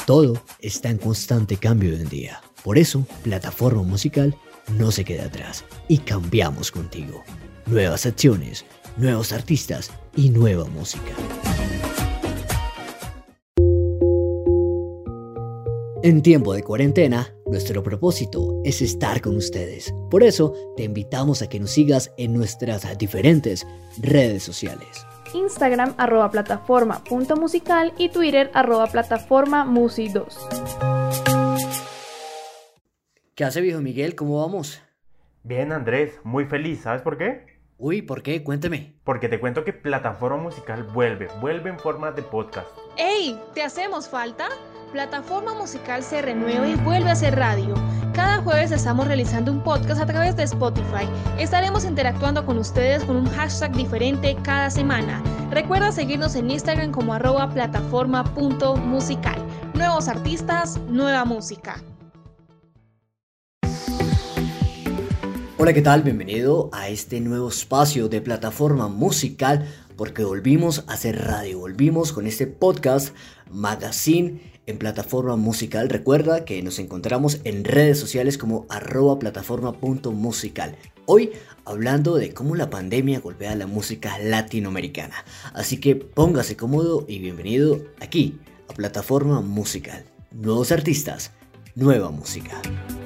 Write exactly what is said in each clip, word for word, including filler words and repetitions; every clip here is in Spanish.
Todo está en constante cambio hoy en día. Por eso, Plataforma Musical no se queda atrás y cambiamos contigo. Nuevas secciones, nuevos artistas y nueva música. En tiempo de cuarentena, nuestro propósito es estar con ustedes. Por eso, te invitamos a que nos sigas en nuestras diferentes redes sociales. Instagram arroba plataforma punto musical y Twitter arroba plataforma musi dos. ¿Qué hace, viejo Miguel? ¿Cómo vamos? Bien, Andrés, muy feliz. ¿Sabes por qué? Uy, ¿por qué? Cuénteme. Porque te cuento que Plataforma Musical vuelve, vuelve en forma de podcast. ¡Ey! ¿Te hacemos falta? Plataforma Musical se renueva y vuelve a ser radio. Cada jueves estamos realizando un podcast a través de Spotify. Estaremos interactuando con ustedes con un hashtag diferente cada semana. Recuerda seguirnos en Instagram como arroba plataforma punto musical. Nuevos artistas, nueva música. Hola, ¿qué tal? Bienvenido a este nuevo espacio de Plataforma Musical, porque volvimos a hacer radio, volvimos con este podcast, magazine en Plataforma Musical. Recuerda que nos encontramos en redes sociales como arroba plataforma punto musical. Hoy hablando de cómo la pandemia golpea la música latinoamericana. Así que póngase cómodo y bienvenido aquí a Plataforma Musical. Nuevos artistas, nueva música.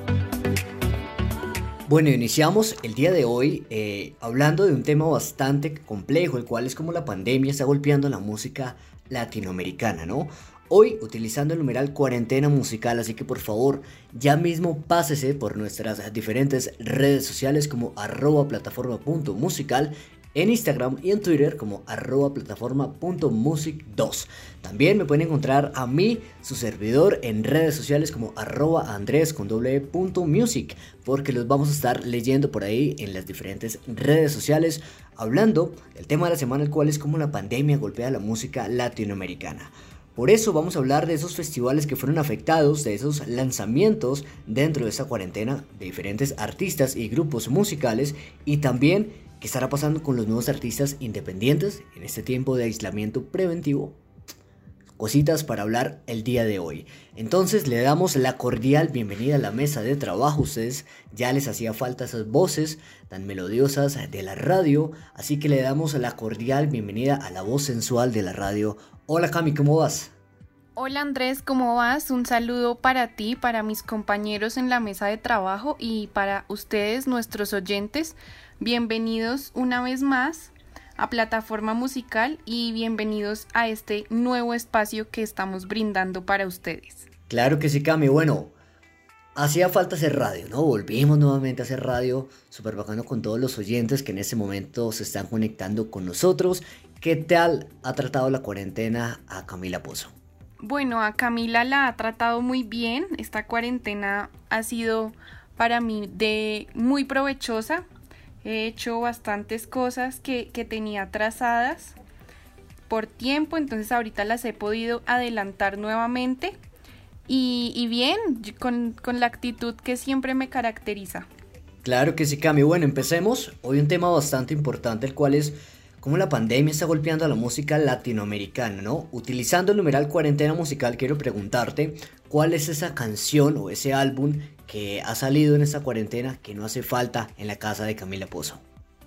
Bueno, iniciamos el día de hoy eh, hablando de un tema bastante complejo, el cual es cómo la pandemia está golpeando la música latinoamericana, ¿no? Hoy utilizando el numeral cuarentena musical, así que por favor ya mismo pásese por nuestras diferentes redes sociales como arroba plataforma punto musical, en Instagram y en Twitter como arroba plataforma punto music dos. También me pueden encontrar a mí, su servidor, en redes sociales como arroba andres con doble punto music, porque los vamos a estar leyendo por ahí en las diferentes redes sociales, hablando del tema de la semana, el cual es cómo la pandemia golpea la música latinoamericana. Por eso vamos a hablar de esos festivales que fueron afectados, de esos lanzamientos dentro de esta cuarentena de diferentes artistas y grupos musicales, y también qué estará pasando con los nuevos artistas independientes en este tiempo de aislamiento preventivo. Cositas para hablar el día de hoy. Entonces le damos la cordial bienvenida a la mesa de trabajo. Ustedes ya les hacía falta esas voces tan melodiosas de la radio, así que le damos la cordial bienvenida a la voz sensual de la radio. Hola Cami, ¿cómo vas? Hola Andrés, ¿cómo vas? Un saludo para ti, para mis compañeros en la mesa de trabajo y para ustedes, nuestros oyentes. Bienvenidos una vez más a Plataforma Musical y bienvenidos a este nuevo espacio que estamos brindando para ustedes. Claro que sí, Cami. Bueno, hacía falta hacer radio, ¿no? Volvimos nuevamente a hacer radio, súper bacano con todos los oyentes que en este momento se están conectando con nosotros. ¿Qué tal ha tratado la cuarentena a Camila Pozo? Bueno, a Camila la ha tratado muy bien. Esta cuarentena ha sido para mí de muy provechosa. He hecho bastantes cosas que, que tenía trazadas por tiempo, entonces ahorita las he podido adelantar nuevamente y, y bien, con, con la actitud que siempre me caracteriza. Claro que sí, Cami. Bueno, empecemos. Hoy un tema bastante importante, el cual es cómo la pandemia está golpeando a la música latinoamericana, ¿no? Utilizando el numeral cuarentena musical, quiero preguntarte cuál es esa canción o ese álbum que ha salido en esta cuarentena que no hace falta en la casa de Camila Pozo.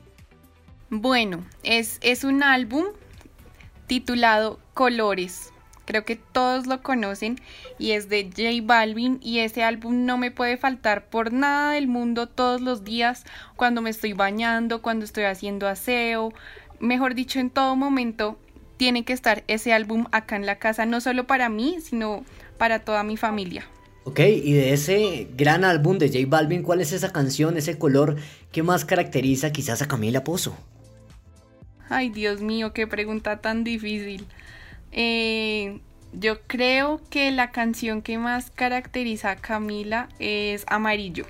Bueno, es, es un álbum titulado Colores. Creo que todos lo conocen y es de J Balvin y ese álbum no me puede faltar por nada del mundo todos los días, cuando me estoy bañando, cuando estoy haciendo aseo, mejor dicho, en todo momento tiene que estar ese álbum acá en la casa, no solo para mí, sino para toda mi familia. Ok, y de ese gran álbum de J Balvin, ¿cuál es esa canción, ese color que más caracteriza quizás a Camila Pozo? Ay, Dios mío, qué pregunta tan difícil. Eh, yo creo que la canción que más caracteriza a Camila es Amarillo.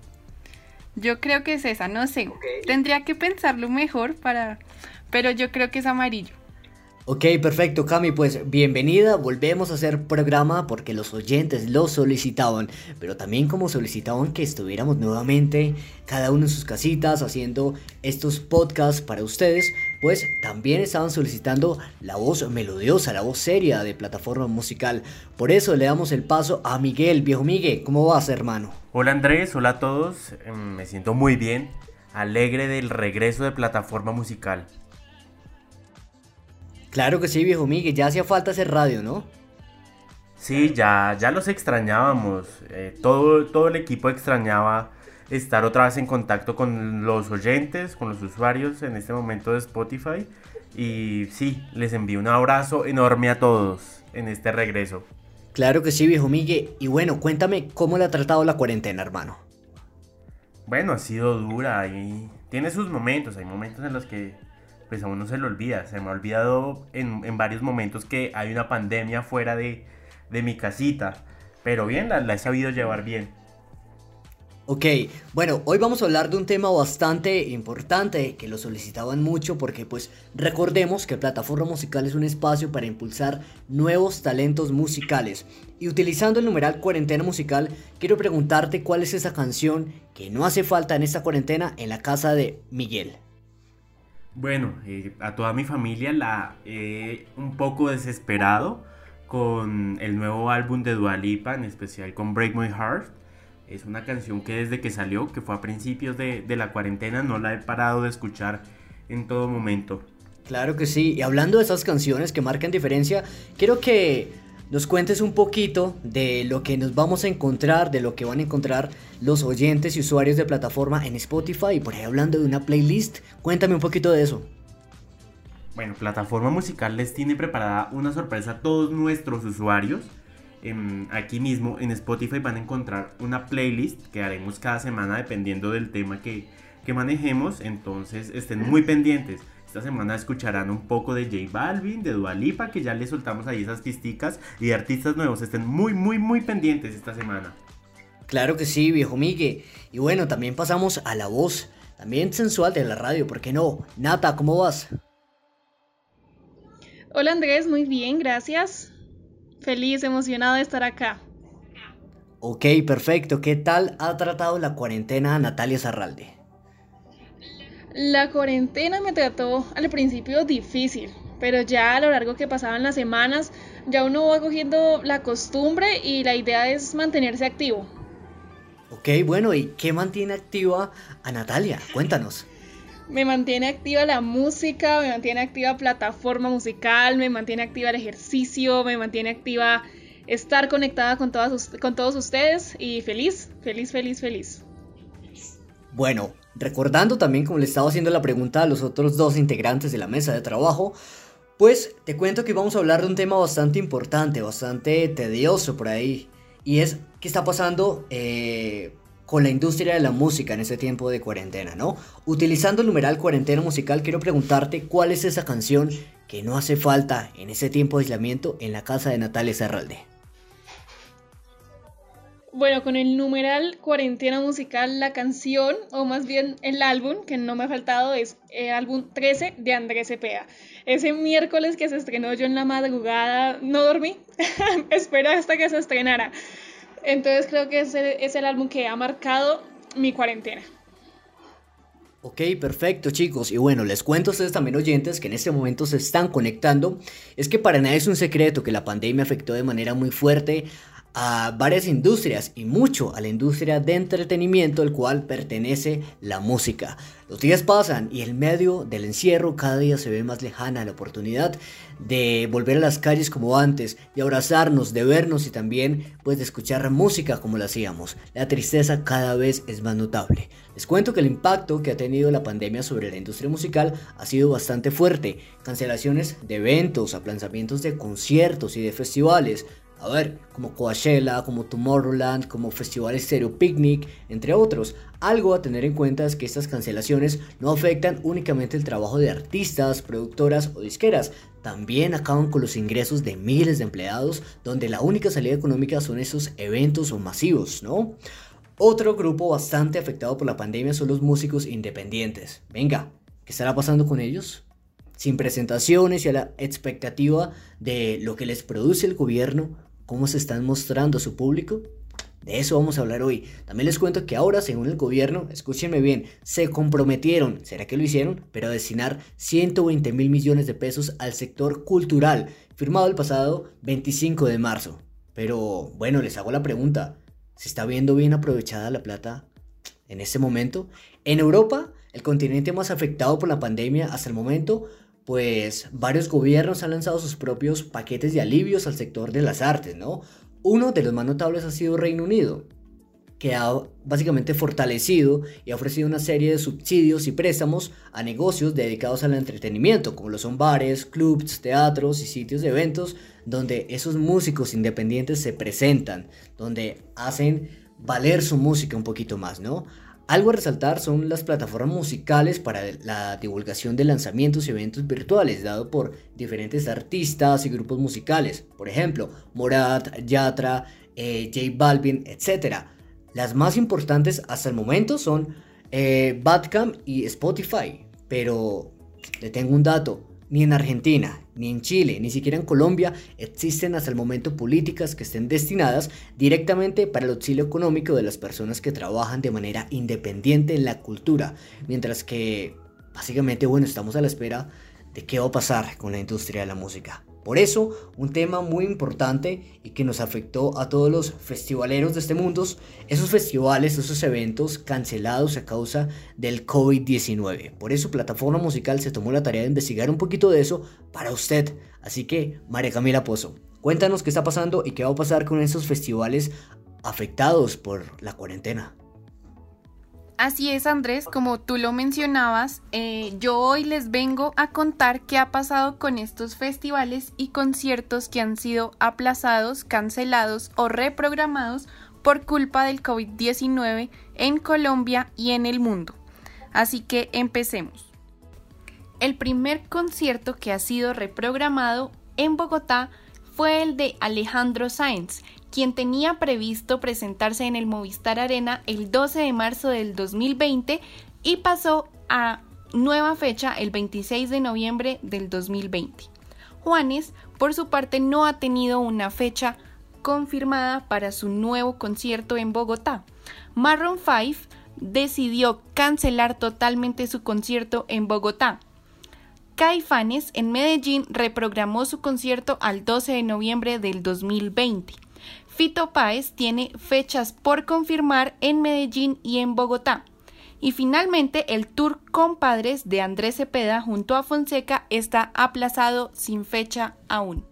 Yo creo que es esa, no sé. Okay. Tendría que pensarlo mejor para... pero yo creo que es Amarillo. Ok, perfecto, Cami, pues bienvenida, volvemos a hacer programa porque los oyentes lo solicitaban, pero también como solicitaban que estuviéramos nuevamente cada uno en sus casitas haciendo estos podcasts para ustedes, pues también estaban solicitando la voz melodiosa, la voz seria de Plataforma Musical. Por eso le damos el paso a Miguel. Viejo Miguel, ¿cómo vas, hermano? Hola Andrés, hola a todos, eh, me siento muy bien, alegre del regreso de Plataforma Musical. Claro que sí, viejo Miguel, ya hacía falta hacer radio, ¿no? Sí, ya, ya los extrañábamos, eh, todo, todo el equipo extrañaba estar otra vez en contacto con los oyentes, con los usuarios en este momento de Spotify. Y sí, les envío un abrazo enorme a todos en este regreso. Claro que sí, viejo Miguel. Y bueno, cuéntame cómo le ha tratado la cuarentena, hermano. Bueno, ha sido dura y tiene sus momentos, hay momentos en los que pues a uno se le olvida. Se me ha olvidado en, en varios momentos que hay una pandemia fuera de, de mi casita. Pero bien, la, la he sabido llevar bien. Ok, bueno, hoy vamos a hablar de un tema bastante importante que lo solicitaban mucho porque pues recordemos que Plataforma Musical es un espacio para impulsar nuevos talentos musicales. Y utilizando el numeral cuarentena musical, quiero preguntarte cuál es esa canción que no hace falta en esta cuarentena en la casa de Miguel. Bueno, eh, a toda mi familia la he un poco desesperado con el nuevo álbum de Dua Lipa, en especial con Break My Heart. Es una canción que desde que salió, que fue a principios de, de la cuarentena, no la he parado de escuchar en todo momento. Claro que sí, y hablando de esas canciones que marcan diferencia, quiero que nos cuentes un poquito de lo que nos vamos a encontrar, de lo que van a encontrar los oyentes y usuarios de plataforma en Spotify. Y por ahí hablando de una playlist, cuéntame un poquito de eso. Bueno, Plataforma Musical les tiene preparada una sorpresa a todos nuestros usuarios. Eh, aquí mismo en Spotify van a encontrar una playlist que haremos cada semana dependiendo del tema que, que manejemos. Entonces estén muy pendientes. Esta semana escucharán un poco de J Balvin, de Dua Lipa, que ya les soltamos ahí esas pisticas, y de artistas nuevos. Estén muy, muy, muy pendientes esta semana. Claro que sí, viejo Migue. Y bueno, también pasamos a la voz, también sensual de la radio, ¿por qué no? Nata, ¿cómo vas? Hola Andrés, muy bien, gracias. Feliz, emocionado de estar acá. Ok, perfecto. ¿Qué tal ha tratado la cuarentena a Natalia Zarralde? La cuarentena me trató al principio difícil, pero ya a lo largo que pasaban las semanas, ya uno va cogiendo la costumbre y la idea es mantenerse activo. Ok, bueno, ¿y qué mantiene activa a Natalia? Cuéntanos. Me mantiene activa la música, me mantiene activa Plataforma Musical, me mantiene activa el ejercicio, me mantiene activa estar conectada con, todas, con todos ustedes y feliz, feliz, feliz, feliz. Bueno, recordando también como le estaba haciendo la pregunta a los otros dos integrantes de la mesa de trabajo, pues te cuento que vamos a hablar de un tema bastante importante, bastante tedioso por ahí, y es qué está pasando eh, con la industria de la música en este tiempo de cuarentena, ¿no? Utilizando el numeral cuarentena musical, quiero preguntarte cuál es esa canción que no hace falta en ese tiempo de aislamiento en la casa de Natalia Zarralde. Bueno, con el numeral cuarentena musical, la canción, o más bien el álbum, que no me ha faltado, es el álbum trece de Andrés Cepeda. Ese miércoles que se estrenó, yo en la madrugada no dormí, esperé hasta que se estrenara. Entonces creo que ese es el álbum que ha marcado mi cuarentena. Ok, perfecto chicos, y bueno, les cuento a ustedes también oyentes que en este momento se están conectando, es que para nadie es un secreto que la pandemia afectó de manera muy fuerte a varias industrias y mucho a la industria de entretenimiento al cual pertenece la música. Los días pasan y en medio del encierro cada día se ve más lejana la oportunidad de volver a las calles como antes, de abrazarnos, de vernos y también pues de escuchar música como lo hacíamos. La tristeza cada vez es más notable. Les cuento que el impacto que ha tenido la pandemia sobre la industria musical ha sido bastante fuerte. Cancelaciones de eventos, aplazamientos de conciertos y de festivales. A ver, como Coachella, como Tomorrowland, como Festival Stereo Picnic, entre otros. Algo a tener en cuenta es que estas cancelaciones no afectan únicamente el trabajo de artistas, productoras o disqueras. También acaban con los ingresos de miles de empleados, donde la única salida económica son esos eventos o masivos, ¿no? Otro grupo bastante afectado por la pandemia son los músicos independientes. Venga, ¿qué estará pasando con ellos? sin presentaciones y a la expectativa de lo que les produce el gobierno, cómo se están mostrando a su público. De eso vamos a hablar hoy. También les cuento que ahora, según el gobierno, escúchenme bien, se comprometieron, ¿será que lo hicieron? Pero a destinar ciento veinte mil millones de pesos al sector cultural, firmado el pasado veinticinco de marzo. Pero bueno, les hago la pregunta, ¿se está viendo bien aprovechada la plata en este momento? En Europa, el continente más afectado por la pandemia hasta el momento, pues varios gobiernos han lanzado sus propios paquetes de alivios al sector de las artes, ¿no? Uno de los más notables ha sido Reino Unido, que ha básicamente fortalecido y ha ofrecido una serie de subsidios y préstamos a negocios dedicados al entretenimiento, como lo son bares, clubs, teatros y sitios de eventos, donde esos músicos independientes se presentan, donde hacen valer su música un poquito más, ¿no? Algo a resaltar son las plataformas musicales para la divulgación de lanzamientos y eventos virtuales, dado por diferentes artistas y grupos musicales, por ejemplo, Morat, Yatra, eh, J Balvin, etcétera. Las más importantes hasta el momento son eh, Bandcamp y Spotify, pero le tengo un dato. Ni en Argentina, ni en Chile, ni siquiera en Colombia existen hasta el momento políticas que estén destinadas directamente para el auxilio económico de las personas que trabajan de manera independiente en la cultura. Mientras que, básicamente, bueno, estamos a la espera de qué va a pasar con la industria de la música. Por eso, un tema muy importante y que nos afectó a todos los festivaleros de este mundo, esos festivales, esos eventos cancelados a causa del covid diecinueve. Por eso, Plataforma Musical se tomó la tarea de investigar un poquito de eso para usted. Así que, María Camila Pozo, cuéntanos qué está pasando y qué va a pasar con esos festivales afectados por la cuarentena. Así es, Andrés, como tú lo mencionabas, eh, yo hoy les vengo a contar qué ha pasado con estos festivales y conciertos que han sido aplazados, cancelados o reprogramados por culpa del covid diecinueve en Colombia y en el mundo. Así que empecemos. El primer concierto que ha sido reprogramado en Bogotá fue el de Alejandro Sanz, quien tenía previsto presentarse en el Movistar Arena el doce de marzo del dos mil veinte y pasó a nueva fecha el veintiséis de noviembre del dos mil veinte. Juanes, por su parte, no ha tenido una fecha confirmada para su nuevo concierto en Bogotá. Maroon cinco decidió cancelar totalmente su concierto en Bogotá. Caifanes en Medellín reprogramó su concierto al doce de noviembre del dos mil veinte. Fito Páez tiene fechas por confirmar en Medellín y en Bogotá. Y finalmente el tour Compadres de Andrés Cepeda junto a Fonseca está aplazado sin fecha aún.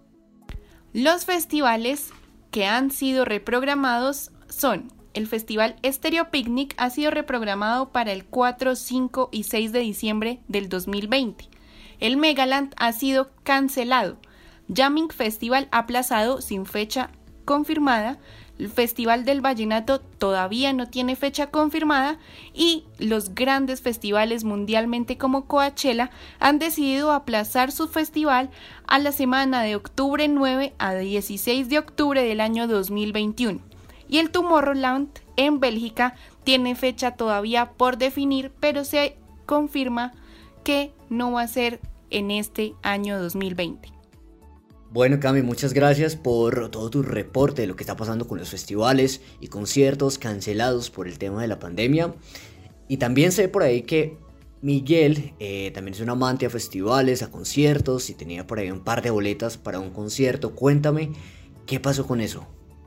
Los festivales que han sido reprogramados son: el Festival Estéreo Picnic ha sido reprogramado para el cuatro, cinco y seis de diciembre del dos mil veinte. El Megaland ha sido cancelado. Jamming Festival aplazado sin fecha confirmada. El Festival del Vallenato todavía no tiene fecha confirmada y los grandes festivales mundialmente como Coachella han decidido aplazar su festival a la semana de octubre nueve a dieciséis de octubre del año dos mil veintiuno. Y el Tomorrowland en Bélgica tiene fecha todavía por definir, pero se confirma que no va a ser en este año dos mil veinte. Bueno, Cami, muchas gracias por todo tu reporte de lo que está pasando con los festivales y conciertos cancelados por el tema de la pandemia. Y también sé por ahí que Miguel eh, también es un amante a festivales, a conciertos, y tenía por ahí un par de boletas para un concierto. Cuéntame, ¿qué pasó con eso?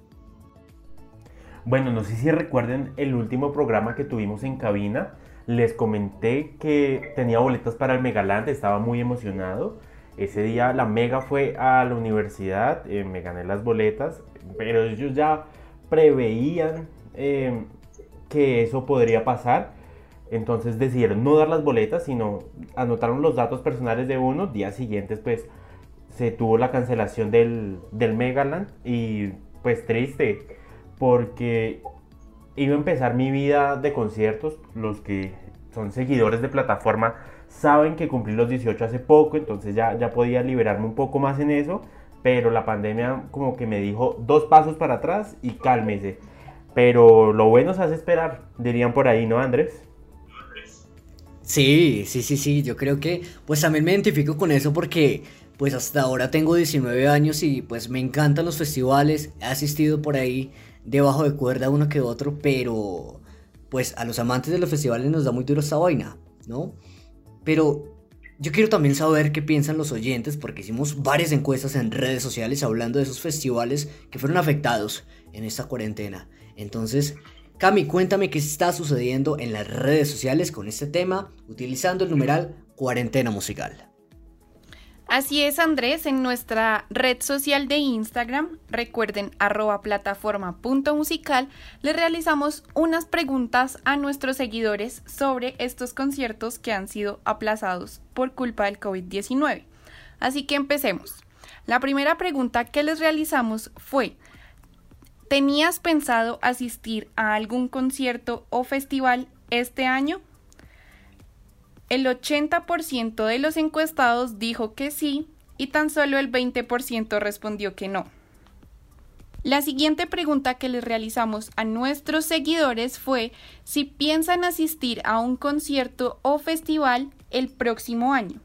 Bueno, no sé si recuerden el último programa que tuvimos en cabina. Les comenté que tenía boletas para el Megaland, estaba muy emocionado. Ese día la Mega fue a la universidad, eh, me gané las boletas, pero ellos ya preveían eh, que eso podría pasar. Entonces decidieron no dar las boletas, sino anotaron los datos personales de uno. Días siguientes pues se tuvo la cancelación del, del Megaland y pues triste, porque iba a empezar mi vida de conciertos. Los que son seguidores de plataforma saben que cumplí los dieciocho hace poco, entonces ya, ya podía liberarme un poco más en eso, pero la pandemia como que me dijo dos pasos para atrás y cálmese. Pero lo bueno se hace esperar, dirían por ahí, ¿no, Andrés? Sí, sí, sí, sí, yo creo que pues también me identifico con eso porque pues hasta ahora tengo diecinueve años y pues me encantan los festivales, he asistido por ahí debajo de cuerda uno que otro, pero pues a los amantes de los festivales nos da muy duro esta vaina, ¿no? Pero yo quiero también saber qué piensan los oyentes porque hicimos varias encuestas en redes sociales hablando de esos festivales que fueron afectados en esta cuarentena. Entonces, Cami, cuéntame qué está sucediendo en las redes sociales con este tema utilizando el numeral cuarentena musical. Así es, Andrés, en nuestra red social de Instagram, recuerden arroba plataforma punto musical, le realizamos unas preguntas a nuestros seguidores sobre estos conciertos que han sido aplazados por culpa del covid diecinueve. Así que empecemos. La primera pregunta que les realizamos fue: ¿tenías pensado asistir a algún concierto o festival este año? El ochenta por ciento de los encuestados dijo que sí y tan solo el veinte por ciento respondió que no. La siguiente pregunta que les realizamos a nuestros seguidores fue si piensan asistir a un concierto o festival el próximo año.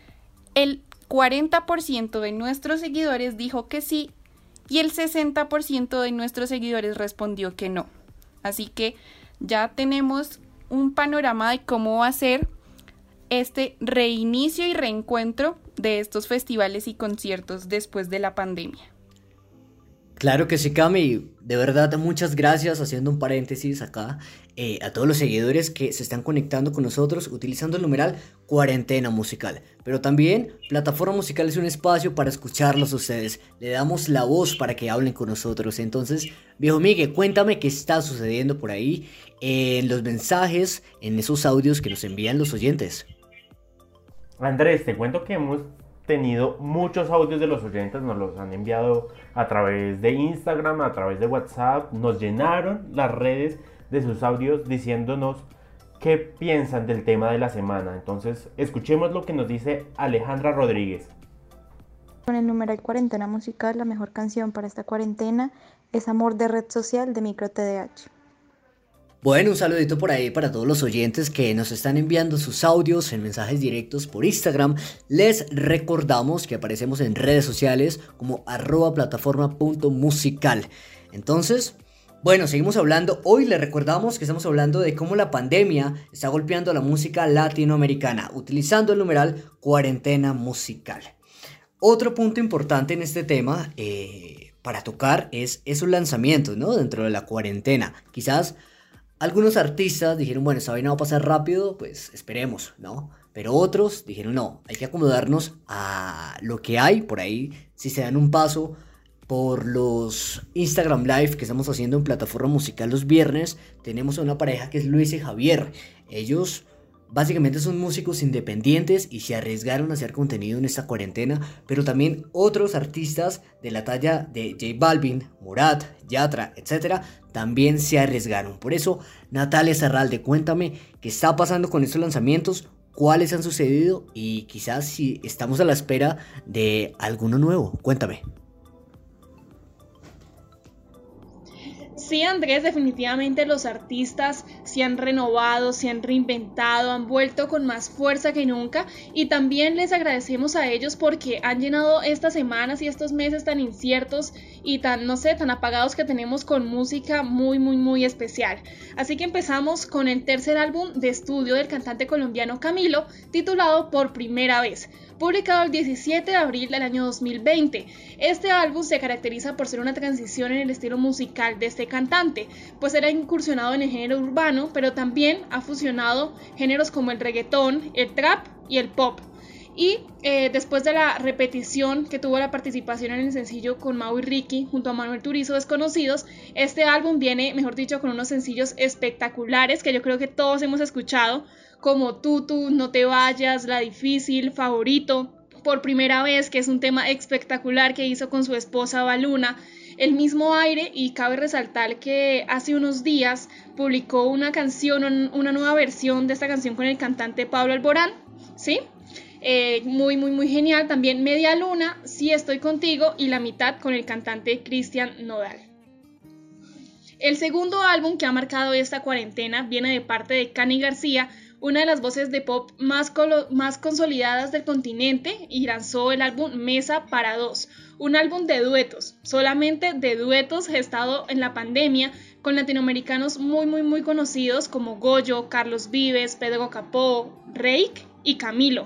El cuarenta por ciento de nuestros seguidores dijo que sí y el sesenta por ciento de nuestros seguidores respondió que no. Así que ya tenemos un panorama de cómo va a ser este reinicio y reencuentro de estos festivales y conciertos después de la pandemia. Claro que sí, Cami, de verdad muchas gracias, haciendo un paréntesis acá, eh, a todos los seguidores que se están conectando con nosotros utilizando el numeral cuarentena musical, pero también Plataforma Musical es un espacio para escucharlos a ustedes, le damos la voz para que hablen con nosotros. Entonces, viejo Miguel, cuéntame qué está sucediendo por ahí en los mensajes, en esos audios que nos envían los oyentes. Andrés, te cuento que hemos tenido muchos audios de los oyentes, nos los han enviado a través de Instagram, a través de WhatsApp, nos llenaron las redes de sus audios diciéndonos qué piensan del tema de la semana. Entonces, escuchemos lo que nos dice Alejandra Rodríguez. Con el numeral cuarentena musical, la mejor canción para esta cuarentena es Amor de Red Social de Micro T D H. Bueno, un saludito por ahí para todos los oyentes que nos están enviando sus audios en mensajes directos por Instagram. Les recordamos que aparecemos en redes sociales como arroba plataforma punto musical. Entonces, bueno, seguimos hablando. Hoy les recordamos que estamos hablando de cómo la pandemia está golpeando la música latinoamericana, utilizando el numeral cuarentena musical. Otro punto importante en este tema eh, para tocar es esos lanzamientos, ¿no? Dentro de la cuarentena. Quizás algunos artistas dijeron, bueno, esta vaina va a pasar rápido, pues esperemos, ¿no? Pero otros dijeron, no, hay que acomodarnos a lo que hay por ahí. Si se dan un paso por los Instagram Live que estamos haciendo en Plataforma Musical los viernes, tenemos a una pareja que es Luis y Javier. Ellos básicamente son músicos independientes y se arriesgaron a hacer contenido en esta cuarentena, pero también otros artistas de la talla de J Balvin, Morat, Yatra, etcétera, también se arriesgaron. Por eso, Natalia Zarralde, cuéntame qué está pasando con estos lanzamientos, cuáles han sucedido y quizás si estamos a la espera de alguno nuevo. Cuéntame. Sí, Andrés, definitivamente los artistas se han renovado, se han reinventado, han vuelto con más fuerza que nunca y también les agradecemos a ellos porque han llenado estas semanas y estos meses tan inciertos y tan, no sé, tan apagados que tenemos con música muy, muy, muy especial. Así que empezamos con el tercer álbum de estudio del cantante colombiano Camilo, titulado Por Primera Vez, publicado el diecisiete de abril del año dos mil veinte. Este álbum se caracteriza por ser una transición en el estilo musical de este cantante, pues era incursionado en el género urbano, pero también ha fusionado géneros como el reggaetón, el trap y el pop. Y eh, después de la repetición que tuvo la participación en el sencillo con Mau y Ricky junto a Manuel Turizo Desconocidos, este álbum viene, mejor dicho, con unos sencillos espectaculares que yo creo que todos hemos escuchado, como Tutu, No Te Vayas, La Difícil, Favorito, Por Primera Vez, que es un tema espectacular que hizo con su esposa Baluna, El Mismo Aire, y cabe resaltar que hace unos días publicó una canción, una nueva versión de esta canción con el cantante Pablo Alborán, ¿sí? Eh, muy muy muy genial. También Media Luna, Si Estoy Contigo, y La Mitad con el cantante Cristian Nodal. El segundo álbum que ha marcado esta cuarentena viene de parte de Cani García, una de las voces de pop más, colo- más consolidadas del continente, y lanzó el álbum Mesa para Dos, un álbum de duetos, solamente de duetos gestado en la pandemia, con latinoamericanos muy muy muy conocidos como Goyo, Carlos Vives, Pedro Capó, Reik y Camilo.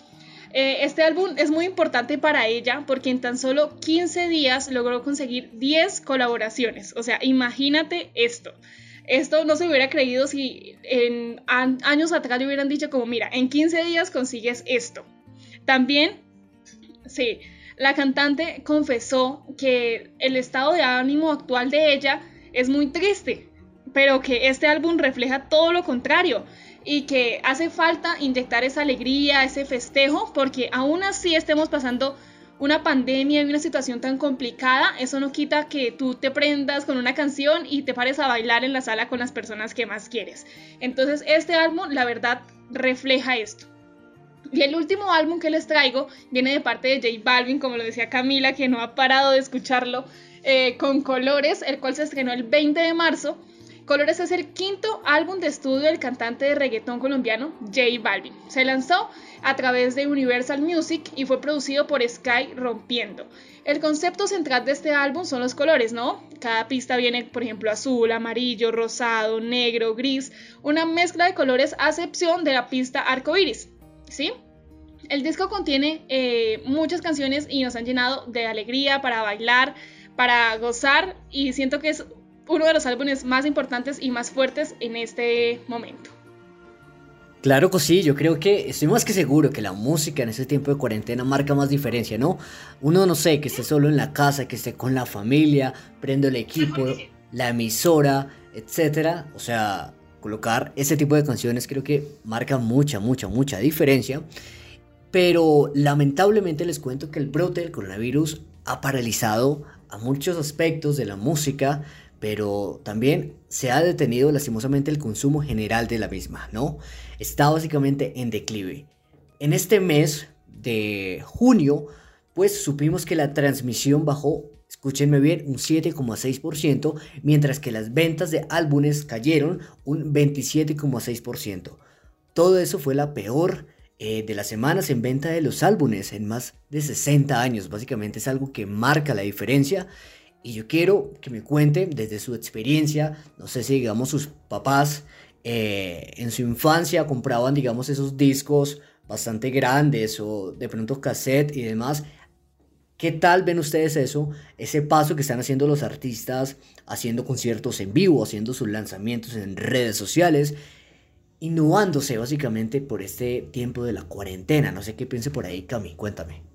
Eh, este álbum es muy importante para ella porque en tan solo quince días logró conseguir diez colaboraciones. O sea, imagínate esto. Esto no se hubiera creído si en an- años atrás le hubieran dicho como, mira, en quince días consigues esto. También, sí, la cantante confesó que el estado de ánimo actual de ella es muy triste, pero que este álbum refleja todo lo contrario y que hace falta inyectar esa alegría, ese festejo, porque aún así estemos pasando una pandemia y una situación tan complicada, eso no quita que tú te prendas con una canción y te pares a bailar en la sala con las personas que más quieres. Entonces este álbum, la verdad, refleja esto. Y el último álbum que les traigo viene de parte de J Balvin, como lo decía Camila, que no ha parado de escucharlo, eh, con Colores, el cual se estrenó el veinte de marzo. Colores es el quinto álbum de estudio del cantante de reggaetón colombiano J Balvin. Se lanzó a través de Universal Music y fue producido por Sky Rompiendo. El concepto central de este álbum son los colores, ¿no? Cada pista viene, por ejemplo, azul, amarillo, rosado, negro, gris, una mezcla de colores a excepción de la pista arcoíris, ¿sí? El disco contiene eh, muchas canciones y nos han llenado de alegría para bailar, para gozar, y siento que es uno de los álbumes más importantes y más fuertes en este momento. Claro que sí, yo creo que estoy más que seguro que la música en este tiempo de cuarentena marca más diferencia, ¿no? Uno no sé, que esté solo en la casa, que esté con la familia, prendo el equipo, la emisora, etcétera. O sea, colocar ese tipo de canciones creo que marca mucha, mucha, mucha diferencia. Pero lamentablemente les cuento que el brote del coronavirus ha paralizado a muchos aspectos de la música, pero también se ha detenido lastimosamente el consumo general de la misma, ¿no? Está básicamente en declive. En este mes de junio, pues supimos que la transmisión bajó, escúchenme bien, un siete coma seis por ciento, mientras que las ventas de álbumes cayeron un veintisiete coma seis por ciento. Todo eso fue la peor eh, de las semanas en venta de los álbumes en más de sesenta años. Básicamente es algo que marca la diferencia. Y yo quiero que me cuente desde su experiencia, no sé si digamos sus papás eh, en su infancia compraban digamos esos discos bastante grandes o de pronto cassette y demás. ¿Qué tal ven ustedes eso? Ese paso que están haciendo los artistas, haciendo conciertos en vivo, haciendo sus lanzamientos en redes sociales, innovándose básicamente por este tiempo de la cuarentena. No sé qué piense por ahí, Cami, cuéntame.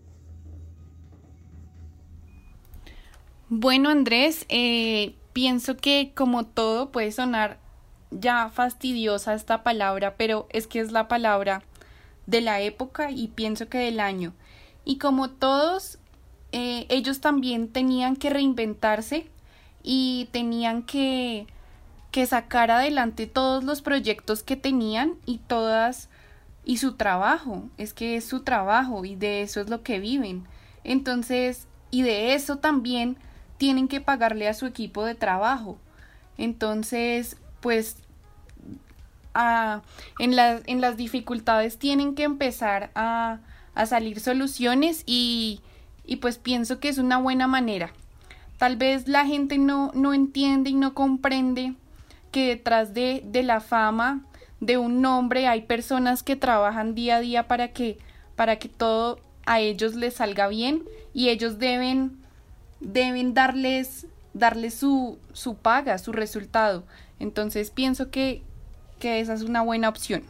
Bueno, Andrés, eh, pienso que como todo puede sonar ya fastidiosa esta palabra, pero es que es la palabra de la época y pienso que del año. Y como todos, eh, ellos también tenían que reinventarse y tenían que, que sacar adelante todos los proyectos que tenían y todas, y su trabajo, es que es su trabajo y de eso es lo que viven. Entonces, y de eso también tienen que pagarle a su equipo de trabajo. Entonces, pues, a, en, la, en las dificultades tienen que empezar a, a salir soluciones y, y pues pienso que es una buena manera. Tal vez la gente no, no entiende y no comprende que detrás de, de la fama de un nombre hay personas que trabajan día a día para que, para que todo a ellos les salga bien y ellos deben... deben darles, darles su, su paga, su resultado. Entonces pienso que, que esa es una buena opción.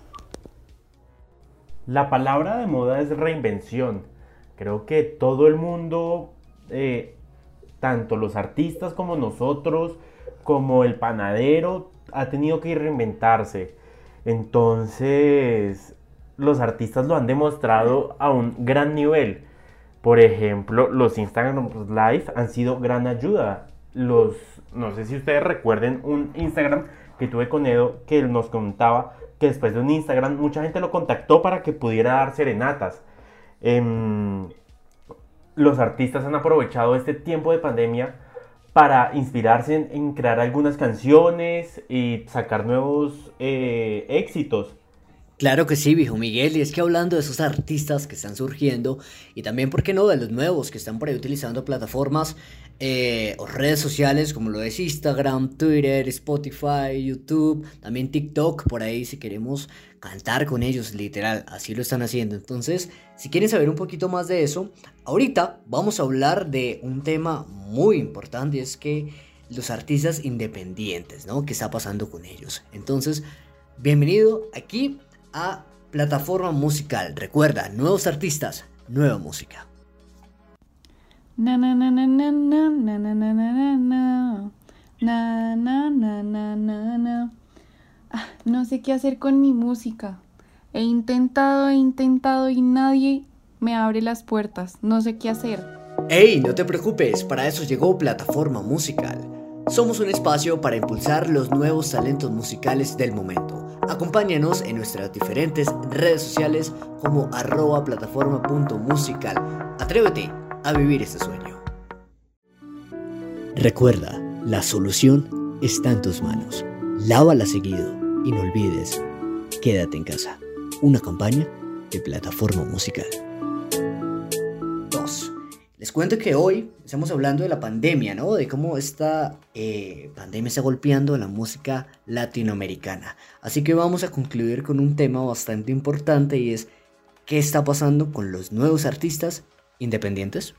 La palabra de moda es reinvención. Creo que todo el mundo, eh, tanto los artistas como nosotros, como el panadero, ha tenido que reinventarse. Entonces, los artistas lo han demostrado a un gran nivel. Por ejemplo, los Instagram Live han sido gran ayuda. Los, no sé si ustedes recuerden un Instagram que tuve con Edo que nos contaba que después de un Instagram mucha gente lo contactó para que pudiera dar serenatas. Eh, los artistas han aprovechado este tiempo de pandemia para inspirarse en, en crear algunas canciones y sacar nuevos eh, éxitos. Claro que sí, viejo Miguel, y es que hablando de esos artistas que están surgiendo y también, ¿por qué no?, de los nuevos que están por ahí utilizando plataformas eh, o redes sociales como lo es Instagram, Twitter, Spotify, YouTube, también TikTok, por ahí si queremos cantar con ellos, literal, así lo están haciendo. Entonces, si quieren saber un poquito más de eso, ahorita vamos a hablar de un tema muy importante, y es que los artistas independientes, ¿no?, ¿qué está pasando con ellos? Entonces, bienvenido aquí a Plataforma Musical. Recuerda, nuevos artistas, nueva música. Na na na na na na na na na na na na na na na na na. Ah, no sé qué hacer con mi música. He intentado, he intentado y nadie me abre las puertas. No sé qué hacer. ¡Ey! No te preocupes, para eso llegó Plataforma Musical. Somos un espacio para impulsar los nuevos talentos musicales del momento. Acompáñanos en nuestras diferentes redes sociales como arroba plataforma punto musical. Atrévete a vivir este sueño. Recuerda, la solución está en tus manos. Lávala seguido y no olvides, quédate en casa. Una campaña de Plataforma Musical. dos. Les cuento que hoy estamos hablando de la pandemia, ¿no? De cómo esta eh, pandemia está golpeando la música latinoamericana. Así que vamos a concluir con un tema bastante importante y es ¿qué está pasando con los nuevos artistas independientes?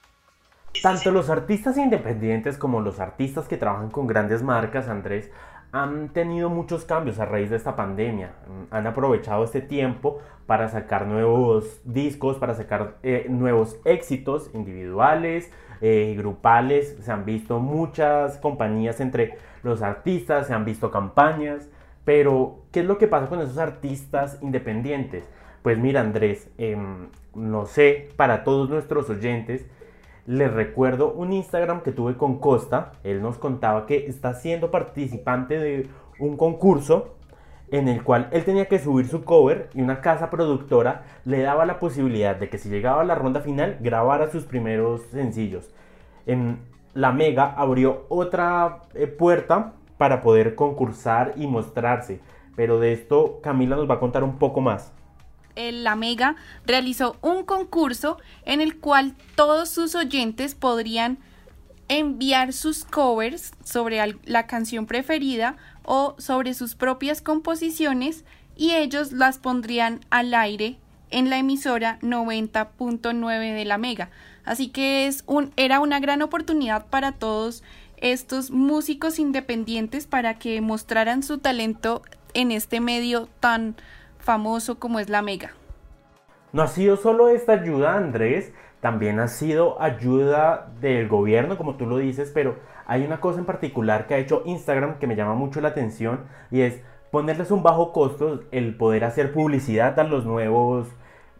Tanto los artistas independientes como los artistas que trabajan con grandes marcas, Andrés, han tenido muchos cambios a raíz de esta pandemia. Han aprovechado este tiempo para sacar nuevos discos, para sacar eh, nuevos éxitos individuales, eh, grupales. Se han visto muchas compañías entre los artistas, se han visto campañas. Pero, ¿qué es lo que pasa con esos artistas independientes? Pues mira, Andrés, eh, no sé, para todos nuestros oyentes, les recuerdo un Instagram que tuve con Costa. Él nos contaba que está siendo participante de un concurso en el cual él tenía que subir su cover y una casa productora le daba la posibilidad de que si llegaba a la ronda final grabara sus primeros sencillos. En la Mega abrió otra eh, puerta para poder concursar y mostrarse, pero de esto Camila nos va a contar un poco más. La Mega realizó un concurso en el cual todos sus oyentes podrían enviar sus covers sobre la canción preferida o sobre sus propias composiciones y ellos las pondrían al aire en la emisora noventa punto nueve de la Mega. Así que es un, era una gran oportunidad para todos estos músicos independientes para que mostraran su talento en este medio tan famoso como es la Mega. No ha sido solo esta ayuda, Andrés, también ha sido ayuda del gobierno, como tú lo dices, pero hay una cosa en particular que ha hecho Instagram que me llama mucho la atención y es ponerles un bajo costo el poder hacer publicidad a los nuevos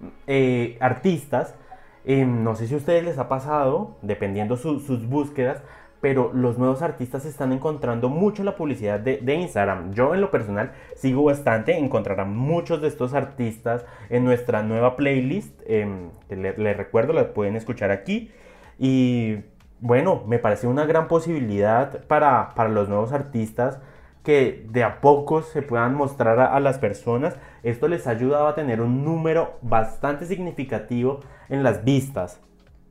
eh, artistas. Eh, no sé si a ustedes les ha pasado, dependiendo su, sus búsquedas, pero los nuevos artistas están encontrando mucho la publicidad de, de Instagram. Yo en lo personal sigo bastante, encontrarán muchos de estos artistas en nuestra nueva playlist, eh, les le recuerdo, las pueden escuchar aquí. Y bueno, me parece una gran posibilidad para, para los nuevos artistas que de a poco se puedan mostrar a, a las personas. Esto les ha ayudado a tener un número bastante significativo en las vistas.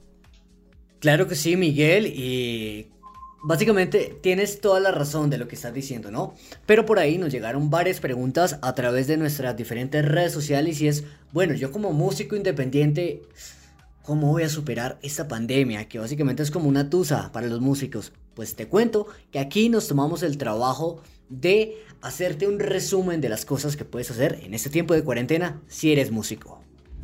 Claro que sí, Miguel, y básicamente tienes toda la razón de lo que estás diciendo, ¿no? Pero por ahí nos llegaron varias preguntas a través de nuestras diferentes redes sociales y es, bueno, yo como músico independiente, ¿cómo voy a superar esta pandemia? Que básicamente es como una tusa para los músicos. Pues te cuento que aquí nos tomamos el trabajo de hacerte un resumen de las cosas que puedes hacer en este tiempo de cuarentena si eres músico.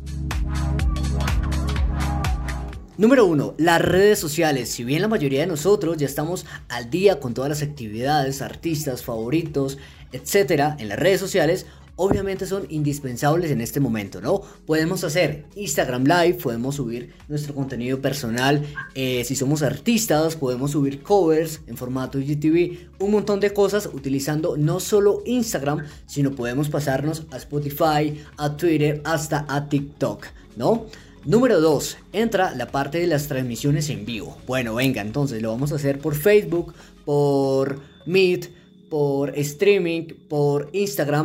Número uno, las redes sociales. Si bien la mayoría de nosotros ya estamos al día con todas las actividades, artistas, favoritos, etcétera, en las redes sociales, obviamente son indispensables en este momento, ¿no? Podemos hacer Instagram Live, podemos subir nuestro contenido personal, eh, si somos artistas, podemos subir covers en formato I G T V, un montón de cosas utilizando no solo Instagram, sino podemos pasarnos a Spotify, a Twitter, hasta a TikTok, ¿no? Número dos, entra la parte de las transmisiones en vivo. Bueno, venga, entonces lo vamos a hacer por Facebook, por Meet, por streaming, por Instagram,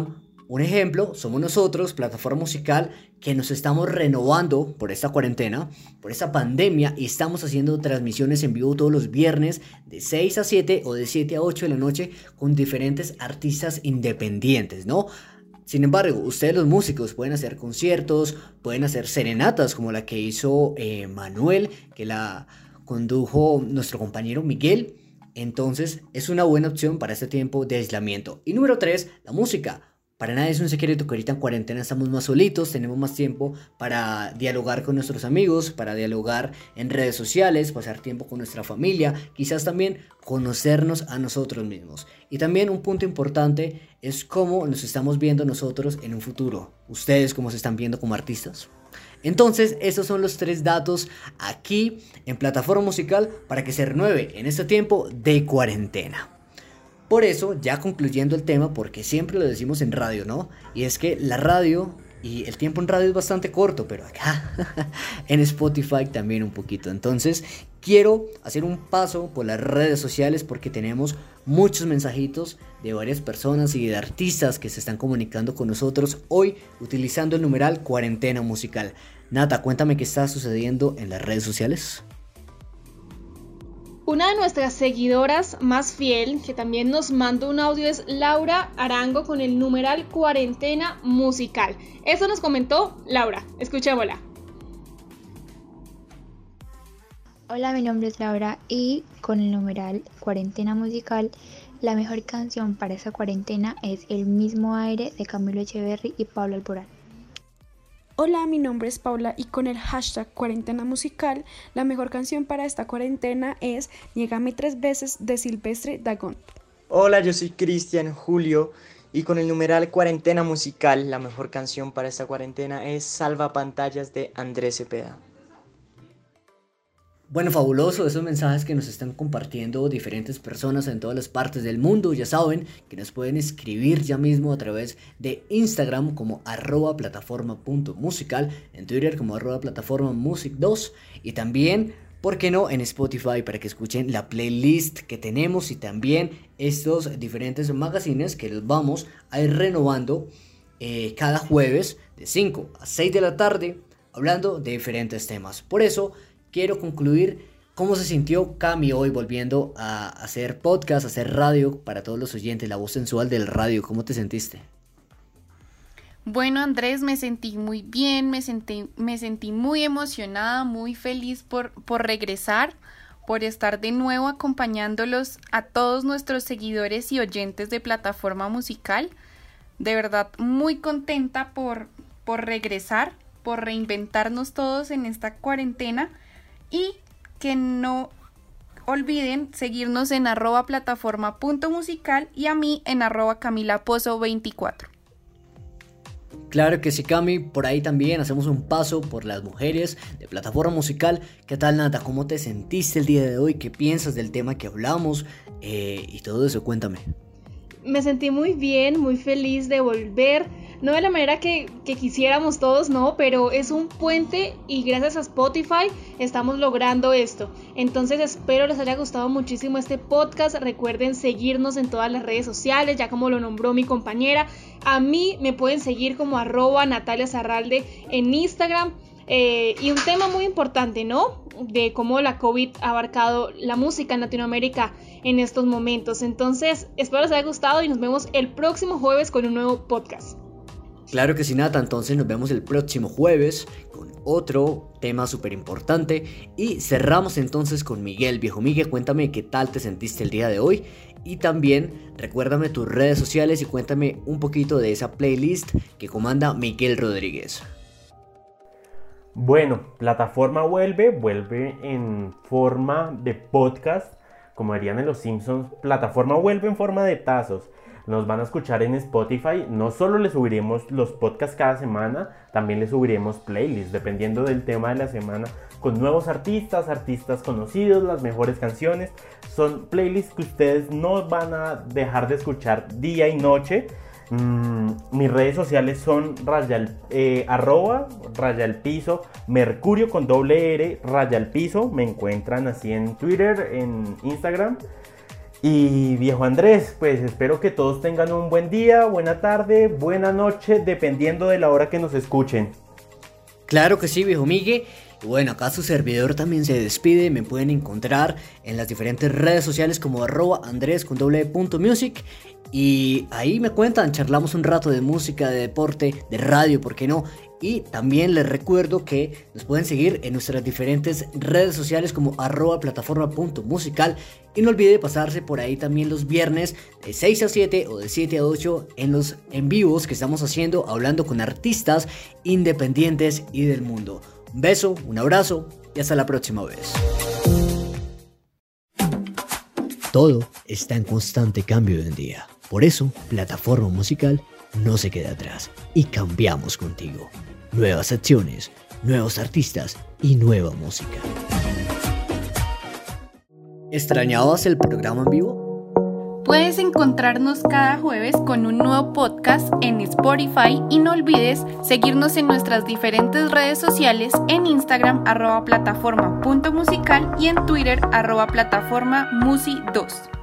Un ejemplo somos nosotros, plataforma musical, que nos estamos renovando por esta cuarentena, por esta pandemia, y estamos haciendo transmisiones en vivo todos los viernes de seis a siete o de siete a ocho de la noche con diferentes artistas independientes, ¿no? Sin embargo, ustedes los músicos pueden hacer conciertos, pueden hacer serenatas como la que hizo eh, Manuel, que la condujo nuestro compañero Miguel. Entonces es una buena opción para este tiempo de aislamiento. Y número tres, la música. Para nadie es un secreto que ahorita en cuarentena estamos más solitos, tenemos más tiempo para dialogar con nuestros amigos, para dialogar en redes sociales, pasar tiempo con nuestra familia, quizás también conocernos a nosotros mismos. Y también un punto importante es cómo nos estamos viendo nosotros en un futuro. Ustedes cómo se están viendo como artistas. Entonces, esos son los tres datos aquí en Plataforma Musical para que se renueve en este tiempo de cuarentena. Por eso, ya concluyendo el tema, porque siempre lo decimos en radio, ¿no? Y es que la radio y el tiempo en radio es bastante corto, pero acá en Spotify también un poquito. Entonces, quiero hacer un paso por las redes sociales porque tenemos muchos mensajitos de varias personas y de artistas que se están comunicando con nosotros hoy utilizando el numeral cuarentena musical. Nata, cuéntame qué está sucediendo en las redes sociales. Una de nuestras seguidoras más fiel, que también nos mandó un audio, es Laura Arango con el numeral cuarentena musical. Eso nos comentó Laura, escuchémosla. Hola, mi nombre es Laura y con el numeral cuarentena musical, la mejor canción para esa cuarentena es El mismo aire de Camilo Echeverry y Pablo Alborán. Hola, mi nombre es Paula y con el hashtag cuarentena musical, la mejor canción para esta cuarentena es Llégame tres veces de Silvestre Dangond. Hola, yo soy Cristian Julio y con el numeral cuarentena musical, la mejor canción para esta cuarentena es Salva Pantallas de Andrés Cepeda. Bueno, fabuloso esos mensajes que nos están compartiendo diferentes personas en todas las partes del mundo. Ya saben que nos pueden escribir ya mismo a través de Instagram como arroba plataforma punto musical, en Twitter como arroba plataforma music dos y también, ¿por qué no?, en Spotify para que escuchen la playlist que tenemos y también estos diferentes magazines que los vamos a ir renovando eh, cada jueves de cinco a seis de la tarde hablando de diferentes temas. Por eso quiero concluir cómo se sintió Cami hoy volviendo a hacer podcast, a hacer radio para todos los oyentes, la voz sensual del radio. ¿Cómo te sentiste? Bueno, Andrés, me sentí muy bien, me sentí, me sentí muy emocionada, muy feliz por, por regresar, por estar de nuevo acompañándolos a todos nuestros seguidores y oyentes de Plataforma Musical. De verdad, muy contenta por, por regresar, por reinventarnos todos en esta cuarentena. Y que no olviden seguirnos en arroba plataforma punto musical y a mí en arroba camilapozo veinticuatro. Claro que sí, Cami, por ahí también hacemos un paso por las mujeres de Plataforma Musical. ¿Qué tal, Nata? ¿Cómo te sentiste el día de hoy? ¿Qué piensas del tema que hablamos? Eh, y todo eso, cuéntame. Me sentí muy bien, muy feliz de volver, no de la manera que, que quisiéramos todos, no, pero es un puente y gracias a Spotify estamos logrando esto. Entonces espero les haya gustado muchísimo este podcast. Recuerden seguirnos en todas las redes sociales, ya como lo nombró mi compañera. A mí me pueden seguir como arroba Natalia Zarralde en Instagram. Eh, y un tema muy importante, ¿no? De cómo la COVID ha abarcado la música en Latinoamérica en estos momentos. Entonces, espero les haya gustado y nos vemos el próximo jueves con un nuevo podcast. Claro que sí, Nata, entonces nos vemos el próximo jueves con otro tema súper importante. Y cerramos entonces con Miguel. Viejo Miguel, cuéntame qué tal te sentiste el día de hoy. Y también recuérdame tus redes sociales y cuéntame un poquito de esa playlist que comanda Miguel Rodríguez. Bueno, Plataforma vuelve, vuelve en forma de podcast, como dirían en Los Simpsons. Plataforma vuelve en forma de tazos. Nos van a escuchar en Spotify. No solo les subiremos los podcasts cada semana, también les subiremos playlists, dependiendo del tema de la semana, con nuevos artistas, artistas conocidos, las mejores canciones. Son playlists que ustedes no van a dejar de escuchar día y noche. Mm, mis redes sociales son rayal, eh, arroba rayalpiso mercurio con doble R rayalpiso. Me encuentran así en Twitter, en Instagram. Y viejo Andrés, pues espero que todos tengan un buen día, buena tarde, buena noche, dependiendo de la hora que nos escuchen. Claro que sí, viejo Migue. Y bueno, acá su servidor también se despide. Me pueden encontrar en las diferentes redes sociales como arroba andrés con doble punto music. Y ahí me cuentan, charlamos un rato de música, de deporte, de radio, ¿por qué no? Y también les recuerdo que nos pueden seguir en nuestras diferentes redes sociales como arroba plataforma punto musical. Y no olvide pasarse por ahí también los viernes de seis a siete o de siete a ocho en los en vivos que estamos haciendo, hablando con artistas independientes y del mundo. Un beso, un abrazo y hasta la próxima vez. Todo está en constante cambio hoy en día. Por eso, Plataforma Musical no se queda atrás y cambiamos contigo. Nuevas secciones, nuevos artistas y nueva música. ¿Extrañabas el programa en vivo? Puedes encontrarnos cada jueves con un nuevo podcast en Spotify y no olvides seguirnos en nuestras diferentes redes sociales en Instagram arroba plataforma punto musical y en Twitter arroba plataforma musi dos.